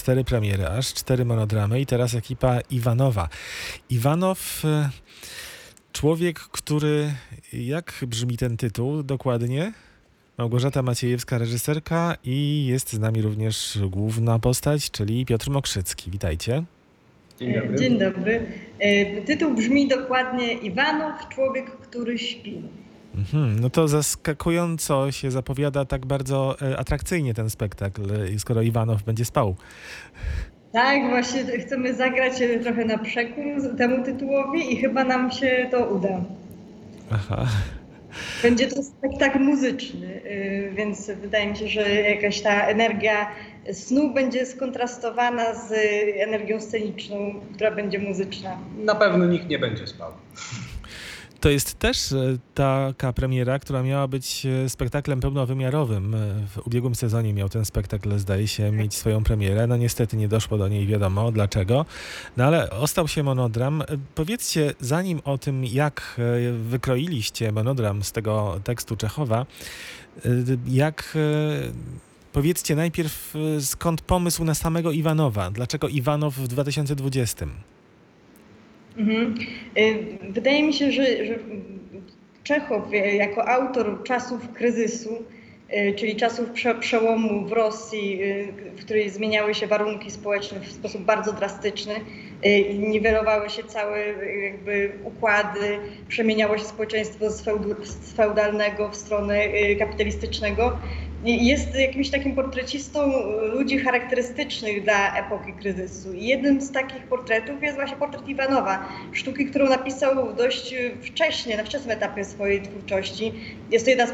4 premiery, aż 4 monodramy i teraz ekipa Iwanowa. Iwanow, człowiek, który... Jak brzmi ten tytuł dokładnie? Małgorzata Maciejewska, reżyserka, i jest z nami również główna postać, czyli Piotr Mokrzycki. Witajcie. Dzień dobry. Dzień dobry. Tytuł brzmi dokładnie: Iwanow, człowiek, który śpi. No to zaskakująco się zapowiada, tak bardzo atrakcyjnie ten spektakl, skoro Iwanow będzie spał. Tak, właśnie chcemy zagrać trochę na przekór temu tytułowi i chyba nam się to uda. Aha. Będzie to spektakl muzyczny, więc wydaje mi się, że jakaś ta energia snu będzie skontrastowana z energią sceniczną, która będzie muzyczna. Na pewno nikt nie będzie spał. To jest też taka premiera, która miała być spektaklem pełnowymiarowym. W ubiegłym sezonie miał ten spektakl, zdaje się, mieć swoją premierę. No niestety nie doszło do niej, wiadomo dlaczego. No ale ostał się monodram. Powiedzcie, zanim o tym, jak wykroiliście monodram z tego tekstu Czechowa, powiedzcie najpierw, skąd pomysł na samego Iwanowa? Dlaczego Iwanow w 2020? Wydaje mi się, że Czechow jako autor czasów kryzysu, czyli czasów przełomu w Rosji, w której zmieniały się warunki społeczne w sposób bardzo drastyczny, niwelowały się całe jakby układy, przemieniało się społeczeństwo z feudalnego w stronę kapitalistycznego. Jest jakimś takim portrecistą ludzi charakterystycznych dla epoki kryzysu. I jednym z takich portretów jest właśnie portret Iwanowa, sztuki, którą napisał dość wcześnie, na wczesnym etapie swojej twórczości. Jest to jeden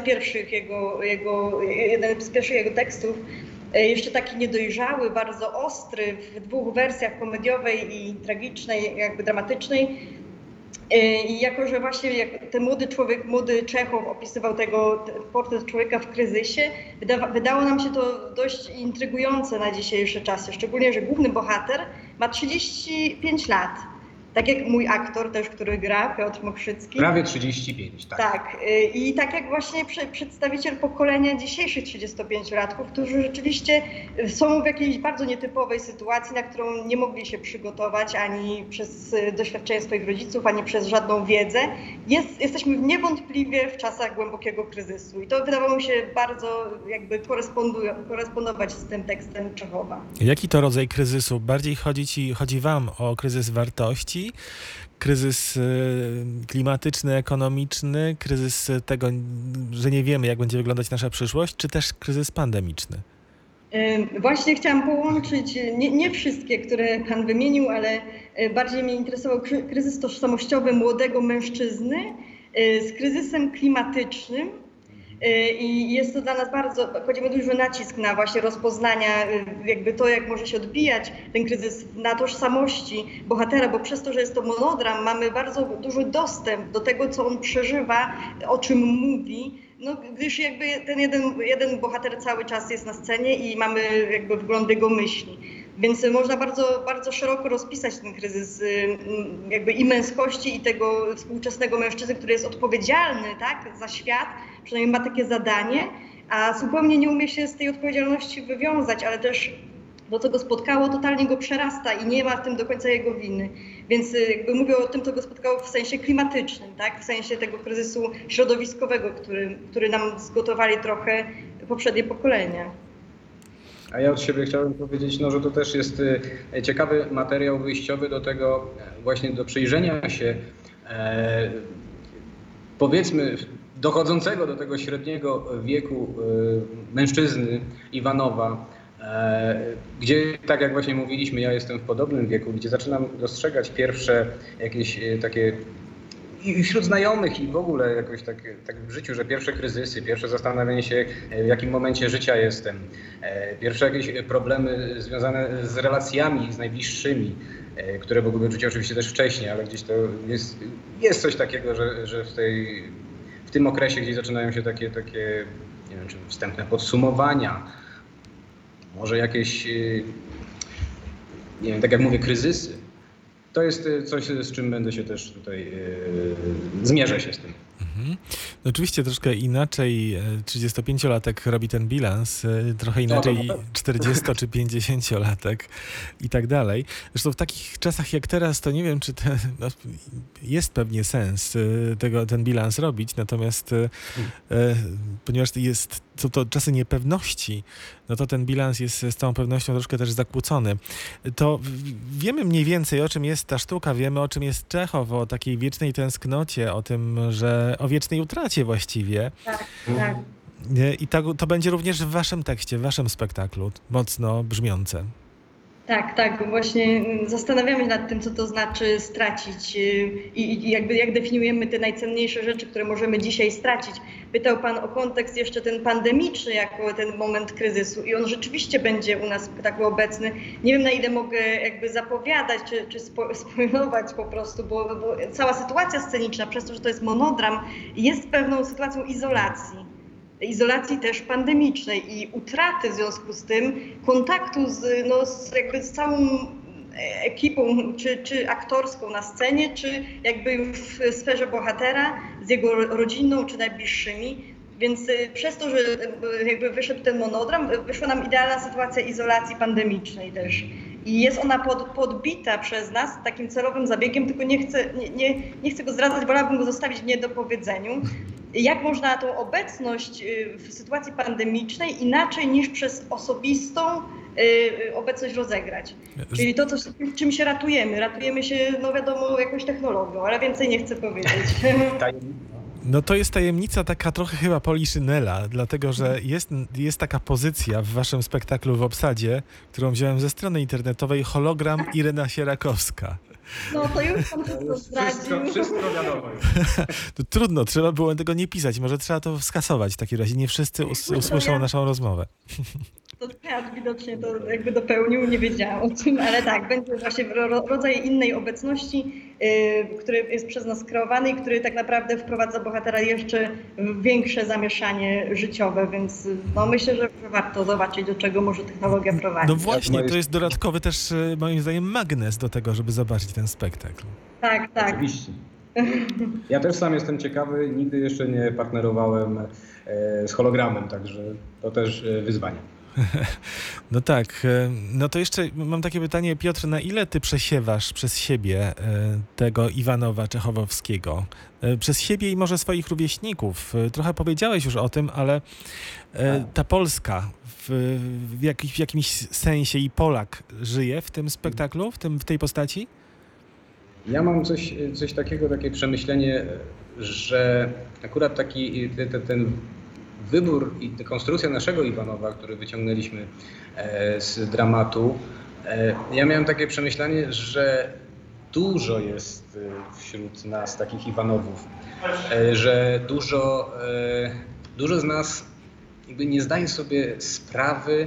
z pierwszych jego tekstów. Jeszcze taki niedojrzały, bardzo ostry, w dwóch wersjach, komediowej i tragicznej, jakby dramatycznej. I jako, że właśnie jak ten młody Czechow opisywał portret człowieka w kryzysie, wydało nam się to dość intrygujące na dzisiejsze czasy. Szczególnie, że główny bohater ma 35 lat. Tak jak mój aktor też, który gra, Piotr Mokrzycki. Prawie 35, tak. Tak. I tak jak właśnie przedstawiciel pokolenia dzisiejszych 35-latków, którzy rzeczywiście są w jakiejś bardzo nietypowej sytuacji, na którą nie mogli się przygotować ani przez doświadczenie swoich rodziców, ani przez żadną wiedzę. Jesteśmy niewątpliwie w czasach głębokiego kryzysu. I to wydawało mi się bardzo jakby korespondować z tym tekstem Czechowa. Jaki to rodzaj kryzysu? Bardziej chodzi wam o kryzys wartości, kryzys klimatyczny, ekonomiczny, kryzys tego, że nie wiemy, jak będzie wyglądać nasza przyszłość, czy też kryzys pandemiczny? Właśnie chciałam połączyć nie wszystkie, które pan wymienił, ale bardziej mnie interesował kryzys tożsamościowy młodego mężczyzny z kryzysem klimatycznym. I jest to dla nas kładziemy duży nacisk na właśnie rozpoznania, jakby to, jak może się odbijać ten kryzys na tożsamości bohatera, bo przez to, że jest to monodram, mamy bardzo duży dostęp do tego, co on przeżywa, o czym mówi, no, gdyż jakby ten jeden bohater cały czas jest na scenie i mamy jakby wgląd jego myśli. Więc można bardzo, bardzo szeroko rozpisać ten kryzys jakby i męskości, i tego współczesnego mężczyzny, który jest odpowiedzialny, tak, za świat, przynajmniej ma takie zadanie, a zupełnie nie umie się z tej odpowiedzialności wywiązać, ale też to, co go spotkało, totalnie go przerasta i nie ma w tym do końca jego winy. Więc jakby mówię o tym, co go spotkało w sensie klimatycznym, tak? W sensie tego kryzysu środowiskowego, który nam zgotowali trochę poprzednie pokolenia. A ja od siebie chciałbym powiedzieć, że to też jest ciekawy materiał wyjściowy do tego, właśnie do przyjrzenia się, powiedzmy, dochodzącego do tego średniego wieku mężczyzny Iwanowa, gdzie, tak jak właśnie mówiliśmy, ja jestem w podobnym wieku, gdzie zaczynam dostrzegać pierwsze jakieś takie i wśród znajomych i w ogóle jakoś tak w życiu, że pierwsze kryzysy, pierwsze zastanawianie się, w jakim momencie życia jestem, pierwsze jakieś problemy związane z relacjami z najbliższymi, które mogły być oczywiście też wcześniej, ale gdzieś to jest coś takiego, że w tym okresie gdzieś zaczynają się takie nie wiem, czy wstępne podsumowania, może jakieś, nie wiem, tak jak mówię, kryzysy. to jest coś, z czym będę się też tutaj, zmierzę się z tym. No oczywiście troszkę inaczej 35-latek robi ten bilans, trochę inaczej 40 czy 50-latek i tak dalej. Zresztą w takich czasach jak teraz, to nie wiem, czy jest pewnie sens ten bilans robić, natomiast ponieważ są to czasy niepewności, no to ten bilans jest z całą pewnością troszkę też zakłócony. To wiemy mniej więcej, o czym jest ta sztuka, wiemy, o czym jest Czechow, o takiej wiecznej tęsknocie, o tym, że o wiecznej utracie właściwie. Tak, tak. I to będzie również w waszym tekście, w waszym spektaklu, mocno brzmiące. Tak, właśnie zastanawiamy się nad tym, co to znaczy stracić i jakby jak definiujemy te najcenniejsze rzeczy, które możemy dzisiaj stracić. Pytał Pan o kontekst jeszcze ten pandemiczny, jako ten moment kryzysu i on rzeczywiście będzie u nas tak obecny. Nie wiem, na ile mogę jakby zapowiadać czy spoilować po prostu, bo cała sytuacja sceniczna, przez to, że to jest monodram, jest pewną sytuacją izolacji też pandemicznej i utraty w związku z tym kontaktu z całą ekipą, czy aktorską na scenie, czy jakby już w sferze bohatera, z jego rodziną, czy najbliższymi. Więc przez to, że jakby wyszedł ten monodram, wyszła nam idealna sytuacja izolacji pandemicznej też. I jest ona podbita przez nas takim celowym zabiegiem, tylko nie chcę go zdradzać, wolałabym go zostawić w niedopowiedzeniu. Jak można tą obecność w sytuacji pandemicznej inaczej niż przez osobistą obecność rozegrać. Czyli to, czym się ratujemy. Ratujemy się, no wiadomo, jakąś technologią, ale więcej nie chcę powiedzieć. No to jest tajemnica taka trochę chyba Poliszynela, dlatego że jest taka pozycja w waszym spektaklu w obsadzie, którą wziąłem ze strony internetowej, hologram Irena Sierakowska. No to już pan to zdradził. Wszystko wiadomo. To trudno, trzeba było tego nie pisać, może trzeba to skasować w takim razie, nie wszyscy usłyszą naszą rozmowę. To teatr widocznie to jakby dopełnił, nie wiedziałam o tym, ale tak, będzie właśnie rodzaj innej obecności, który jest przez nas kreowany i który tak naprawdę wprowadza bohatera jeszcze w większe zamieszanie życiowe, więc no myślę, że warto zobaczyć, do czego może technologia prowadzić. No właśnie, to jest dodatkowy też moim zdaniem magnes do tego, żeby zobaczyć ten spektakl. Tak. Oczywiście. Ja też sam jestem ciekawy, nigdy jeszcze nie partnerowałem z hologramem, także to też wyzwanie. No tak, no to jeszcze mam takie pytanie, Piotr, na ile ty przesiewasz przez siebie tego Iwanowa Czechowskiego? Przez siebie i może swoich rówieśników. Trochę powiedziałeś już o tym, ale ta Polska w jakimś sensie i Polak żyje w tym spektaklu, w tej postaci? Ja mam coś takiego, takie przemyślenie, że akurat taki ten wybór i konstrukcja naszego Iwanowa, który wyciągnęliśmy z dramatu, ja miałem takie przemyślenie, że dużo jest wśród nas takich Iwanowów, że dużo z nas jakby nie zdaje sobie sprawy,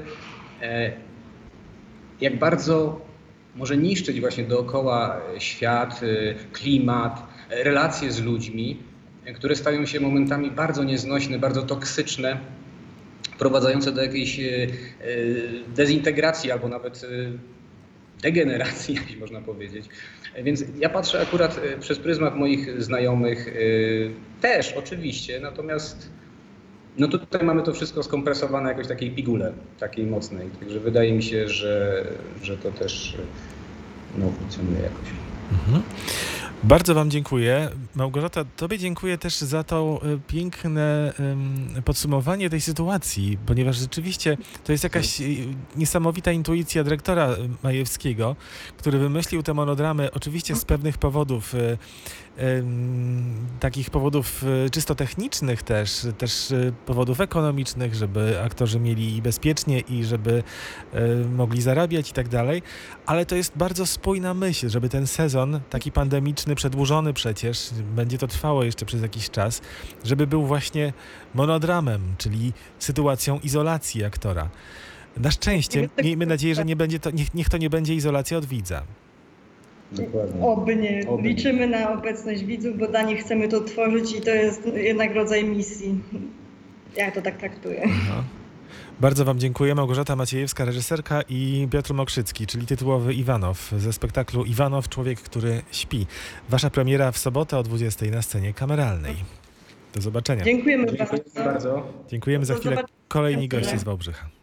jak bardzo może niszczyć właśnie dookoła świat, klimat, relacje z ludźmi, które stają się momentami bardzo nieznośne, bardzo toksyczne, prowadzające do jakiejś dezintegracji albo nawet degeneracji, jak można powiedzieć. Więc ja patrzę akurat przez pryzmat moich znajomych też oczywiście, natomiast no tutaj mamy to wszystko skompresowane jakoś takiej pigule, takiej mocnej. Także wydaje mi się, że to też funkcjonuje jakoś. Mhm. Bardzo wam dziękuję. Małgorzata, tobie dziękuję też za to piękne podsumowanie tej sytuacji, ponieważ rzeczywiście to jest jakaś niesamowita intuicja dyrektora Majewskiego, który wymyślił te monodramy oczywiście z pewnych powodów, takich powodów czysto technicznych też powodów ekonomicznych, żeby aktorzy mieli bezpiecznie i żeby mogli zarabiać i tak dalej, ale to jest bardzo spójna myśl, żeby ten sezon taki pandemiczny, przedłużony przecież, będzie to trwało jeszcze przez jakiś czas, żeby był właśnie monodramem, czyli sytuacją izolacji aktora. Na szczęście, miejmy nadzieję, że nie będzie to, niech to nie będzie izolacja od widza. Dokładnie. Oby nie. Liczymy na obecność widzów, bo dla nich chcemy to tworzyć i to jest jednak rodzaj misji. Ja to tak traktuję. Aha. Bardzo Wam dziękuję. Małgorzata Maciejewska, reżyserka, i Piotr Mokrzycki, czyli tytułowy Iwanow, ze spektaklu Iwanow, człowiek, który śpi. Wasza premiera w sobotę o 20:00 na scenie kameralnej. Do zobaczenia. Dziękujemy Dziękuję bardzo. Dziękujemy. Za Do chwilę zobaczenia. kolejni goście z Wałbrzycha.